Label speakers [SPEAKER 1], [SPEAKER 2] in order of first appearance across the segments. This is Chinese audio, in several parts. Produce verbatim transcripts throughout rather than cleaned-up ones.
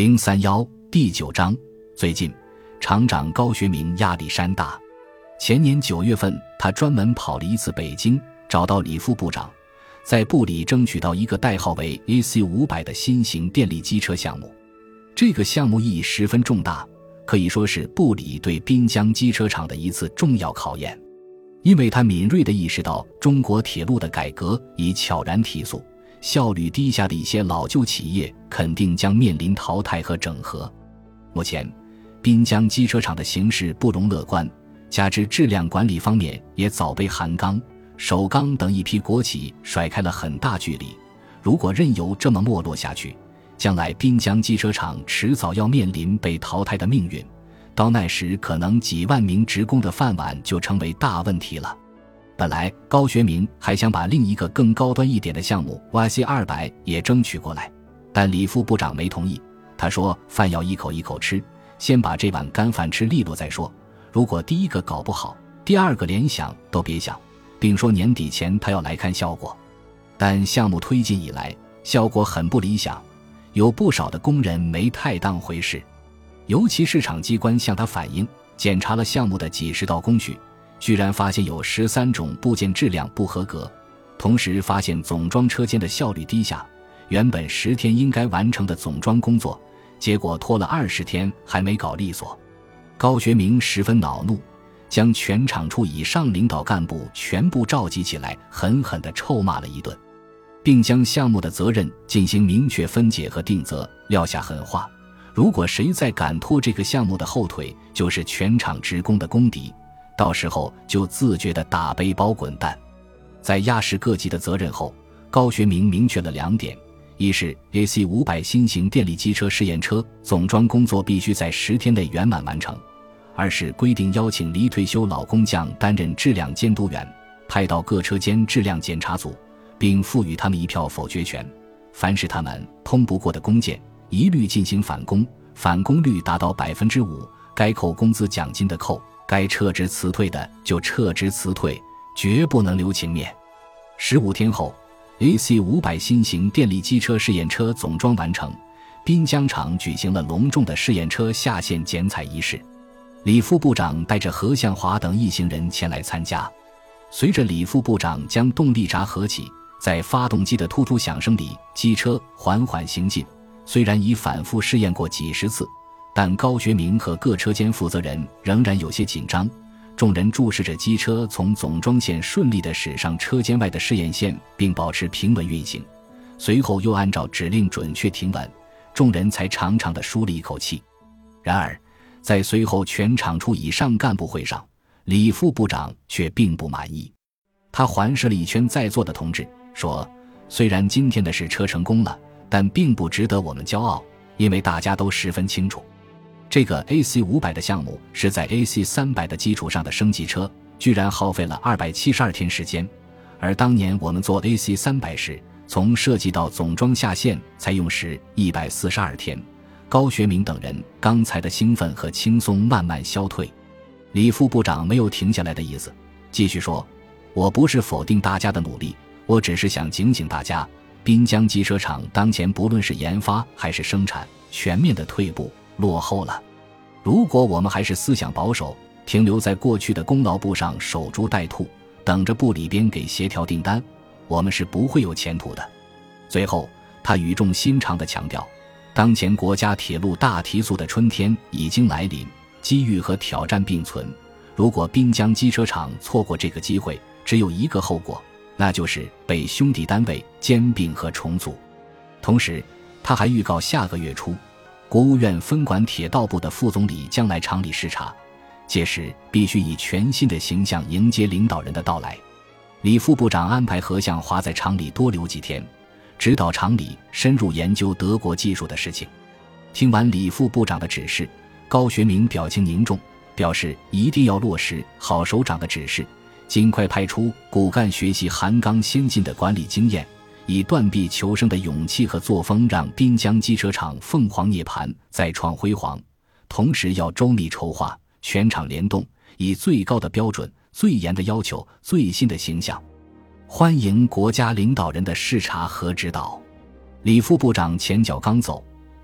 [SPEAKER 1] 零三一第九章。最近厂长高学明压力山大，前年九月份他专门跑了一次北京，找到李副部长，在部里争取到一个代号为 A C 五百 的新型电力机车项目。这个项目意义十分重大，可以说是部里对滨江机车厂的一次重要考验，因为他敏锐地意识到中国铁路的改革已悄然提速，效率低下的一些老旧企业肯定将面临淘汰和整合。目前滨江机车厂的形势不容乐观，加之质量管理方面也早被韩钢、首钢等一批国企甩开了很大距离，如果任由这么没落下去，将来滨江机车厂迟早要面临被淘汰的命运，到那时可能几万名职工的饭碗就成为大问题了。本来高学明还想把另一个更高端一点的项目 Y C 二百 也争取过来，但李副部长没同意，他说饭要一口一口吃，先把这碗干饭吃利落再说，如果第一个搞不好，第二个连想都别想，并说年底前他要来看效果。但项目推进以来，效果很不理想，有不少的工人没太当回事，尤其市场机关向他反映，检查了项目的几十道工序，居然发现有十三种部件质量不合格，同时发现总装车间的效率低下，原本十天应该完成的总装工作，结果拖了二十天还没搞利索。高学明十分恼怒，将全厂处以上领导干部全部召集起来，狠狠地臭骂了一顿，并将项目的责任进行明确分解和定责，撂下狠话，如果谁再敢拖这个项目的后腿，就是全厂职工的公敌，到时候就自觉地打背包滚蛋。在压实各级的责任后，高学明明确了两点，一是 A C 五百 新型电力机车试验车总装工作必须在十天内圆满完成，二是规定邀请离退休老工匠担任质量监督员，派到各车间质量检查组，并赋予他们一票否决权，凡是他们通不过的工件，一律进行返工，返工率达到 百分之五， 该扣工资奖金的扣，该撤职辞退的就撤职辞退，绝不能留情面。十五天后 A C 五百 新型电力机车试验车总装完成，滨江厂举行了隆重的试验车下线剪彩仪式，李副部长带着何向华等一行人前来参加。随着李副部长将动力闸合起，在发动机的突突响声里，机车缓缓行进，虽然已反复试验过几十次，但高学明和各车间负责人仍然有些紧张。众人注视着机车从总装线顺利地驶上车间外的试验线，并保持平稳运行，随后又按照指令准确停稳，众人才长长地舒了一口气。然而在随后全厂处以上干部会上，李副部长却并不满意，他环视了一圈在座的同志，说虽然今天的事车成功了，但并不值得我们骄傲，因为大家都十分清楚，这个 A C 五百 的项目是在 A C 三百 的基础上的升级车，居然耗费了二百七十二天时间，而当年我们做 A C 三百 时，从设计到总装下线才用时一百四十二天。高学明等人刚才的兴奋和轻松慢慢消退，李副部长没有停下来的意思，继续说，我不是否定大家的努力，我只是想警醒大家，滨江机车厂当前不论是研发还是生产，全面的退步落后了。如果我们还是思想保守，停留在过去的功劳簿上守株待兔，等着部里边给协调订单，我们是不会有前途的。最后他语重心长地强调，当前国家铁路大提速的春天已经来临，机遇和挑战并存，如果滨江机车厂错过这个机会，只有一个后果，那就是被兄弟单位兼并和重组。同时他还预告下个月初，国务院分管铁道部的副总理将来厂里视察，届时必须以全新的形象迎接领导人的到来。李副部长安排何向华在厂里多留几天，指导厂里深入研究德国技术的事情。听完李副部长的指示，高学明表情凝重，表示一定要落实郝首长的指示，尽快派出骨干学习韩钢先进的管理经验，以断臂求生的勇气和作风，让滨江机车厂凤凰涅槃，再创辉煌。同时要周密筹划，全厂联动，以最高的标准、最严的要求、最新的形象，欢迎国家领导人的视察和指导。李副部长前脚刚走，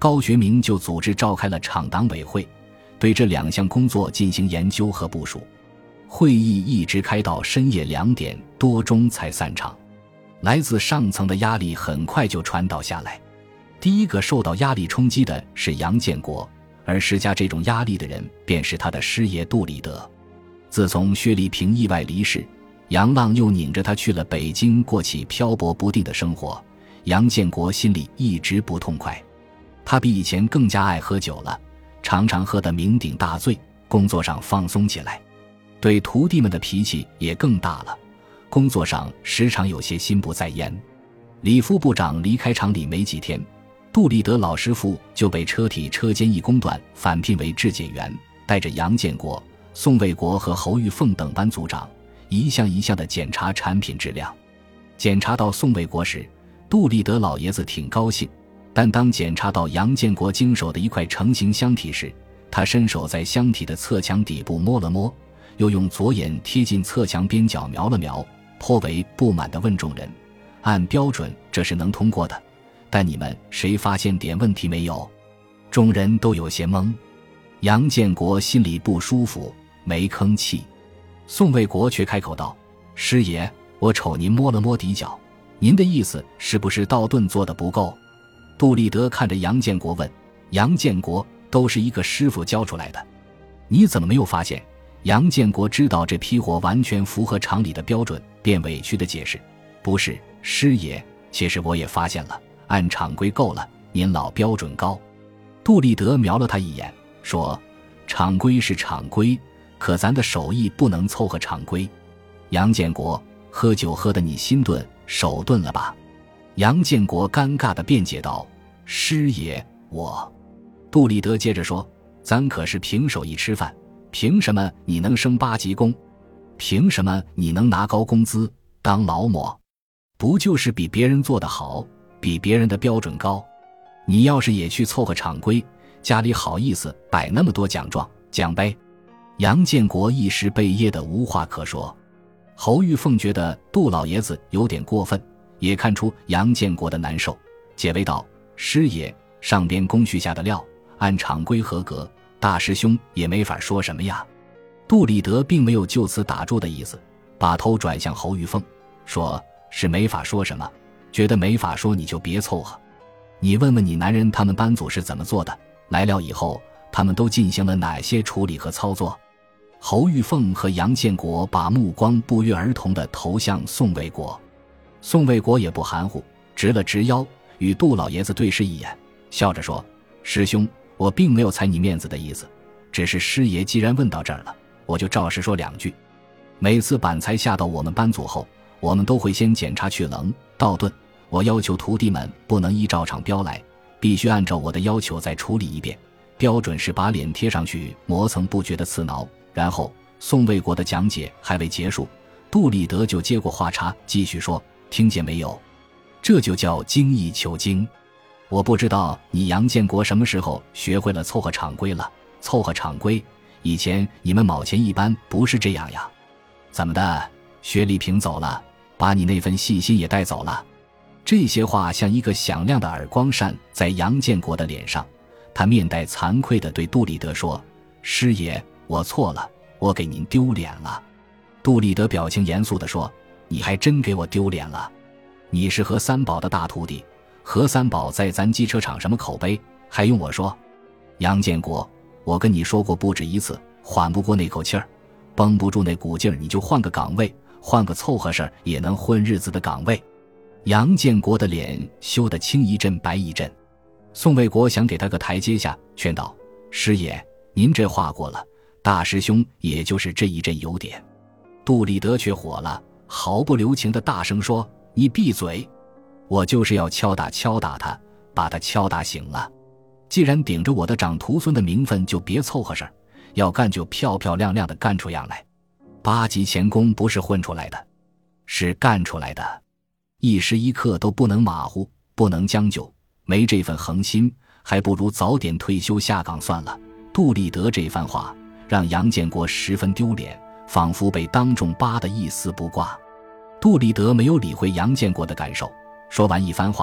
[SPEAKER 1] 高学明就组织召开了厂党委会，对这两项工作进行研究和部署。会议一直开到深夜两点多钟才散场。来自上层的压力很快就传导下来。第一个受到压力冲击的是杨建国，而施加这种压力的人便是他的师爷杜立德。自从薛立平意外离世，杨浪又拧着他去了北京，过起漂泊不定的生活。杨建国心里一直不痛快，他比以前更加爱喝酒了，常常喝得酩酊大醉，工作上放松起来，对徒弟们的脾气也更大了，工作上时常有些心不在焉。李副部长离开厂里没几天，杜立德老师傅就被车体车间一工段返聘为质检员，带着杨建国、宋卫国和侯玉凤等班组长一项一项地检查产品质量。检查到宋卫国时，杜立德老爷子挺高兴，但当检查到杨建国经手的一块成型箱体时，他伸手在箱体的侧墙底部摸了摸，又用左眼贴近侧墙边角瞄了瞄，颇为不满地问众人：按标准这是能通过的，但你们谁发现点问题没有？众人都有些懵。杨建国心里不舒服，没吭气。宋卫国却开口道：师爷，我瞅您摸了摸底角，您的意思是不是道顿做得不够？杜立德看着杨建国问：杨建国，都是一个师傅教出来的，你怎么没有发现？杨建国知道这批货完全符合厂里的标准，便委屈地解释：不是，师爷，其实我也发现了，按厂规够了，您老标准高。杜立德瞄了他一眼，说：厂规是厂规，可咱的手艺不能凑合厂规。杨建国，喝酒喝得你心顿手顿了吧？杨建国尴尬地辩解道：师爷，我……杜立德接着说：咱可是凭手艺吃饭，凭什么你能升八级工？凭什么你能拿高工资当劳模？不就是比别人做得好，比别人的标准高？你要是也去凑合厂规，家里好意思摆那么多奖状奖杯？杨建国一时被噎得无话可说。侯玉凤觉得杜老爷子有点过分，也看出杨建国的难受，解围道：师爷，上边工序下的料按厂规合格，大师兄也没法说什么呀。杜立德并没有就此打住的意思，把头转向侯玉凤，说：是没法说什么，觉得没法说你就别凑合。你问问你男人他们班组是怎么做的，来了以后他们都进行了哪些处理和操作？侯玉凤和杨建国把目光不约而同地投向宋卫国。宋卫国也不含糊，直了直腰，与杜老爷子对视一眼，笑着说：师兄，我并没有踩你面子的意思，只是师爷既然问到这儿了，我就照实说两句。每次板材下到我们班组后，我们都会先检查去棱倒顿，我要求徒弟们不能依照厂标来，必须按照我的要求再处理一遍，标准是把脸贴上去磨蹭不觉的刺挠。然后宋卫国的讲解还未结束，杜立德就接过话茬继续说：听见没有？这就叫精益求精。我不知道你杨建国什么时候学会了凑合厂规了。凑合厂规，以前你们卯前一班不是这样呀？怎么的，薛立平走了，把你那份细心也带走了？这些话像一个响亮的耳光扇在杨建国的脸上，他面带惭愧地对杜立德说：师爷，我错了，我给您丢脸了。杜立德表情严肃地说：你还真给我丢脸了。你是何三宝的大徒弟，何三宝在咱机车厂什么口碑，还用我说？杨建国，我跟你说过不止一次，缓不过那口气儿，绷不住那股劲儿，你就换个岗位，换个凑合事儿也能混日子的岗位。杨建国的脸羞得青一阵白一阵。宋卫国想给他个台阶下，劝道：师爷，您这话过了，大师兄也就是这一阵有点。杜立德却火了，毫不留情地大声说：你闭嘴！我就是要敲打敲打他，把他敲打醒了。既然顶着我的长徒孙的名分，就别凑合事儿，要干就漂漂亮亮地干出样来。八级钳工不是混出来的，是干出来的。一时一刻都不能马虎，不能将就，没这份恒心，还不如早点退休下岗算了。杜立德这番话让杨建国十分丢脸，仿佛被当众扒得一丝不挂。杜立德没有理会杨建国的感受，说完一番话，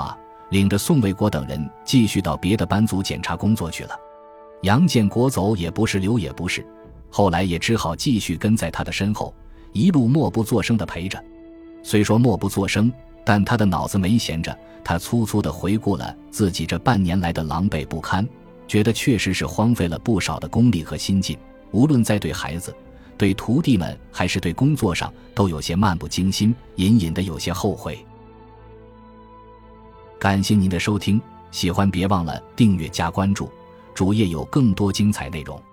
[SPEAKER 1] 领着宋卫国等人继续到别的班组检查工作去了。杨建国走也不是，留也不是，后来也只好继续跟在他的身后，一路默不作声地陪着。虽说默不作声，但他的脑子没闲着，他粗粗地回顾了自己这半年来的狼狈不堪，觉得确实是荒废了不少的功力和心劲，无论在对孩子、对徒弟们还是对工作上，都有些漫不经心，隐隐的有些后悔。感谢您的收听，喜欢别忘了订阅加关注，主页有更多精彩内容。